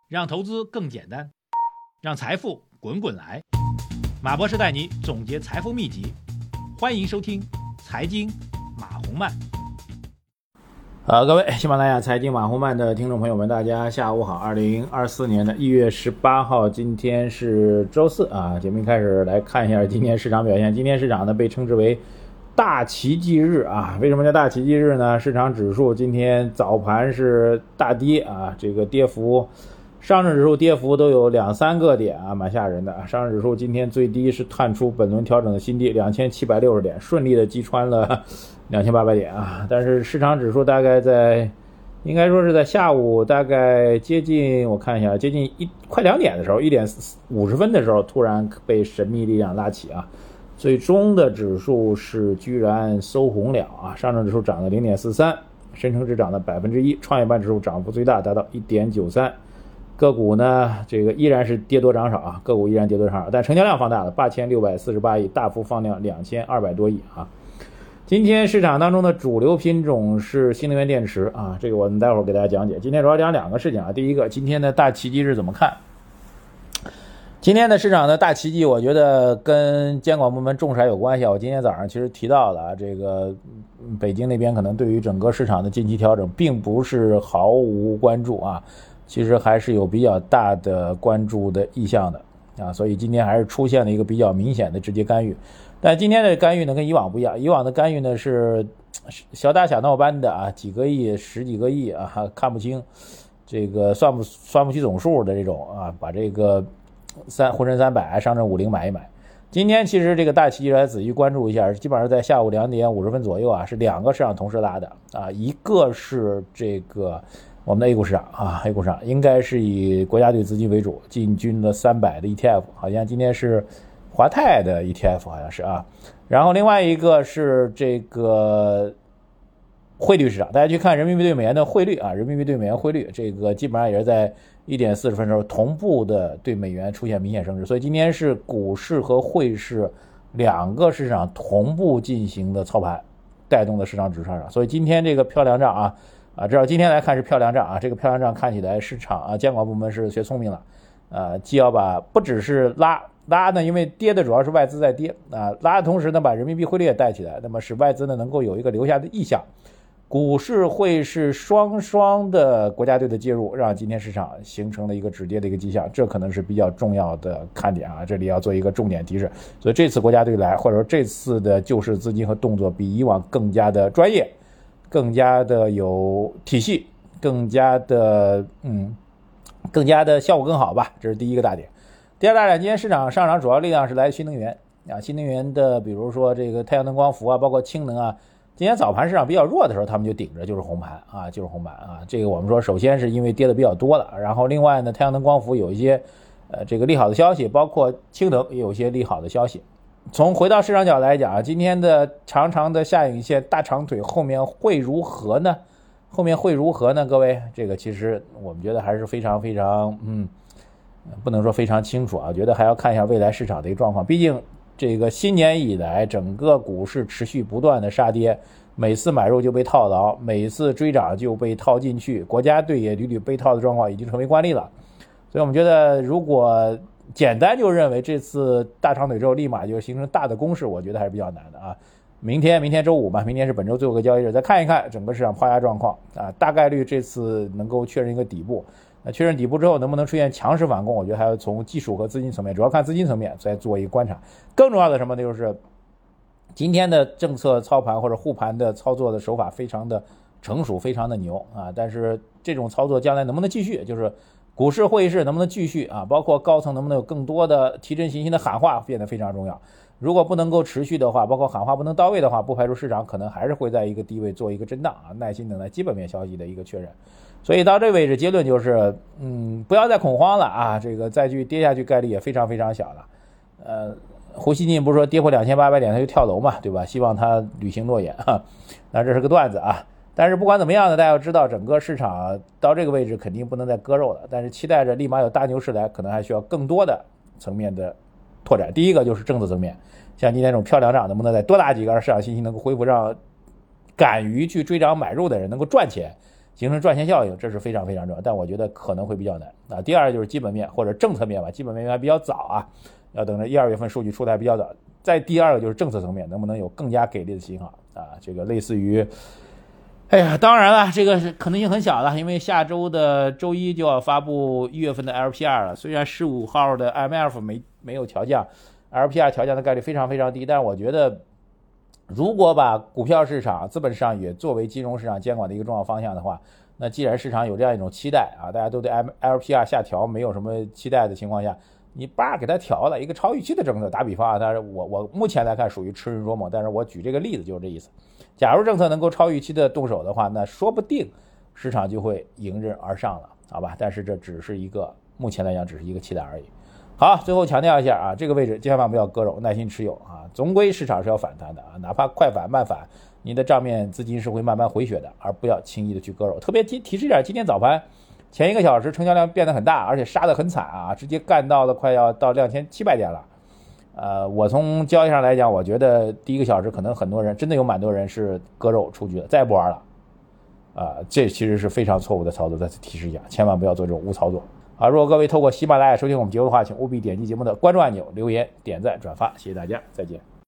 让投资更简单，让财富滚滚来。马博士带你总结财富秘籍，欢迎收听财经马红漫。 各位喜马拉雅财经马红漫的听众朋友们，大家下午好。2024年1月18号，今天是周四啊。节目一开始来看一下今天市场表现。今天市场呢被称之为大奇迹日啊。为什么叫大奇迹日呢？市场指数今天早盘是大跌啊，这个跌幅，上证指数跌幅都有2-3个点啊，蛮吓人的啊。上证指数今天最低是探出本轮调整的新低2760点，顺利的击穿了2800点啊。但是市场指数大概应该说是在下午大概接近，我看一下，接近快2点的时候，1点50分的时候，突然被神秘力量拉起啊。最终的指数是居然收红了啊。上证指数涨了 0.43%， 深成指涨了 1%， 创业板指数涨幅最大达到 1.93%。个股呢，这个依然是跌多涨少啊，个股依然跌多涨少，但成交量放大了，8648亿，大幅放量2200多亿啊。今天市场当中的主流品种是新能源电池啊，这个我们待会儿给大家讲解。今天主要讲2个事情啊，第一个，今天的大奇迹是怎么看？今天的市场的大奇迹，我觉得跟监管部门仲裁有关系啊。我今天早上其实提到了这个北京那边可能对于整个市场的近期调整并不是毫无关注啊。其实还是有比较大的关注的意向的啊，所以今天还是出现了一个比较明显的直接干预。但今天的干预呢跟以往不一样，以往的干预呢是小打小闹般的啊，几个亿、10几个亿啊，看不清这个算不清总数的这种啊，把这个沪深300、上证50买一买。今天其实这个大奇迹来仔细关注一下，基本上在下午2点50分左右啊，是2个市场同时拉的啊，一个是这个我们的 A 股市场啊 ，A 股市场应该是以国家队资金为主，进军了300的 ETF， 好像今天是华泰的 ETF 好像是啊。然后另外一个是这个汇率市场，大家去看人民币对美元的汇率啊，人民币对美元汇率这个基本上也是在1点40分的时候同步的对美元出现明显升值，所以今天是股市和汇市2个市场同步进行的操盘，带动的市场指数上涨。所以今天这个漂亮账啊，至少今天来看是漂亮账啊，这个漂亮账看起来市场啊，监管部门是学聪明了，既要把不只是拉呢，因为跌的主要是外资在跌啊，拉的同时呢，把人民币汇率也带起来，那么使外资呢能够有一个留下的意向，股市汇市双的国家队的介入，让今天市场形成了一个止跌的一个迹象，这可能是比较重要的看点啊，这里要做一个重点提示。所以这次国家队来，或者说这次的救市资金和动作比以往更加的专业，更加的有体系，更加的效果更好吧，这是第一个大点。第二大点，今天市场上涨主要力量是来自新能源啊，新能源的比如说这个太阳能光伏啊，包括氢能啊，今天早盘市场比较弱的时候，他们就顶着就是红盘啊，这个我们说首先是因为跌的比较多了，然后另外呢，太阳能光伏有一些这个利好的消息，包括氢能也有一些利好的消息。从回到市场角来讲，今天的长长的下影线大长腿后面会如何呢？各位，这个其实我们觉得还是非常不能说非常清楚啊，觉得还要看一下未来市场的一个状况。毕竟这个新年以来整个股市持续不断的杀跌，每次买入就被套牢，每次追涨就被套进去，国家队也屡屡被套的状况已经成为惯例了。所以我们觉得如果简单就认为这次大长腿之后立马就形成大的攻势，我觉得还是比较难的啊。明天周五吧，明天是本周最后一个交易日，再看一看整个市场抛压状况啊，大概率这次能够确认一个底部。那确认底部之后能不能出现强势反攻，我觉得还要从技术和资金层面，主要看资金层面再做一个观察。更重要的什么呢？就是今天的政策操盘或者护盘的操作的手法非常的成熟，非常的牛啊，但是这种操作将来能不能继续，就是股市汇市能不能继续啊，包括高层能不能有更多的提振信心的喊话变得非常重要。如果不能够持续的话，包括喊话不能到位的话，不排除市场可能还是会在一个低位做一个震荡啊，耐心等待基本面消息的一个确认。所以到这位置结论就是不要再恐慌了啊，这个再去跌下去概率也非常非常小了。胡锡进不是说跌破2800点他就跳楼嘛，对吧？希望他履行诺言啊，那这是个段子啊。但是不管怎么样呢，大家要知道整个市场到这个位置肯定不能再割肉了，但是期待着立马有大牛市来，可能还需要更多的层面的拓展。第一个就是政策层面，像今天这种漂亮涨能不能再多打几个，让市场信心能够恢复，让敢于去追涨买入的人能够赚钱。 形成赚钱效应，这是非常非常重要，但我觉得可能会比较难啊。第二就是基本面或者政策面吧，基本面还比较早啊，要等着1、2月份数据出的还比较早。再第二个就是政策层面，能不能有更加给力的信号啊？这个类似于，哎呀，当然了，这个是可能性很小的，因为下周的周一就要发布1月份的 LPR 了。虽然15号的 IMF 没有调降 ，LPR 调降的概率非常非常低，但是我觉得，如果把股票市场、资本市场也作为金融市场监管的一个重要方向的话，那既然市场有这样一种期待啊，大家都对 LPR 下调没有什么期待的情况下，你给它调了一个超预期的政策，打比方啊，但是我目前来看属于痴人说梦，但是我举这个例子就是这意思。假如政策能够超预期的动手的话，那说不定市场就会迎刃而上了，好吧？但是这只是一个目前来讲只是一个期待而已。好，最后强调一下啊，这个位置千万不要割肉，耐心持有啊，总归市场是要反弹的啊，哪怕快反慢反，你的账面资金是会慢慢回血的，而不要轻易的去割肉。特别提示一点，今天早盘前1个小时成交量变得很大，而且杀得很惨啊，直接干到了快要到2700点了。我从交易上来讲，我觉得第1个小时可能很多人真的有蛮多人是割肉出局了，再不玩了。这其实是非常错误的操作，再次提示一下，千万不要做这种误操作。好，如果各位透过喜马拉雅收听我们节目的话，请务必点击节目的关注按钮、留言、点赞、转发，谢谢大家，再见。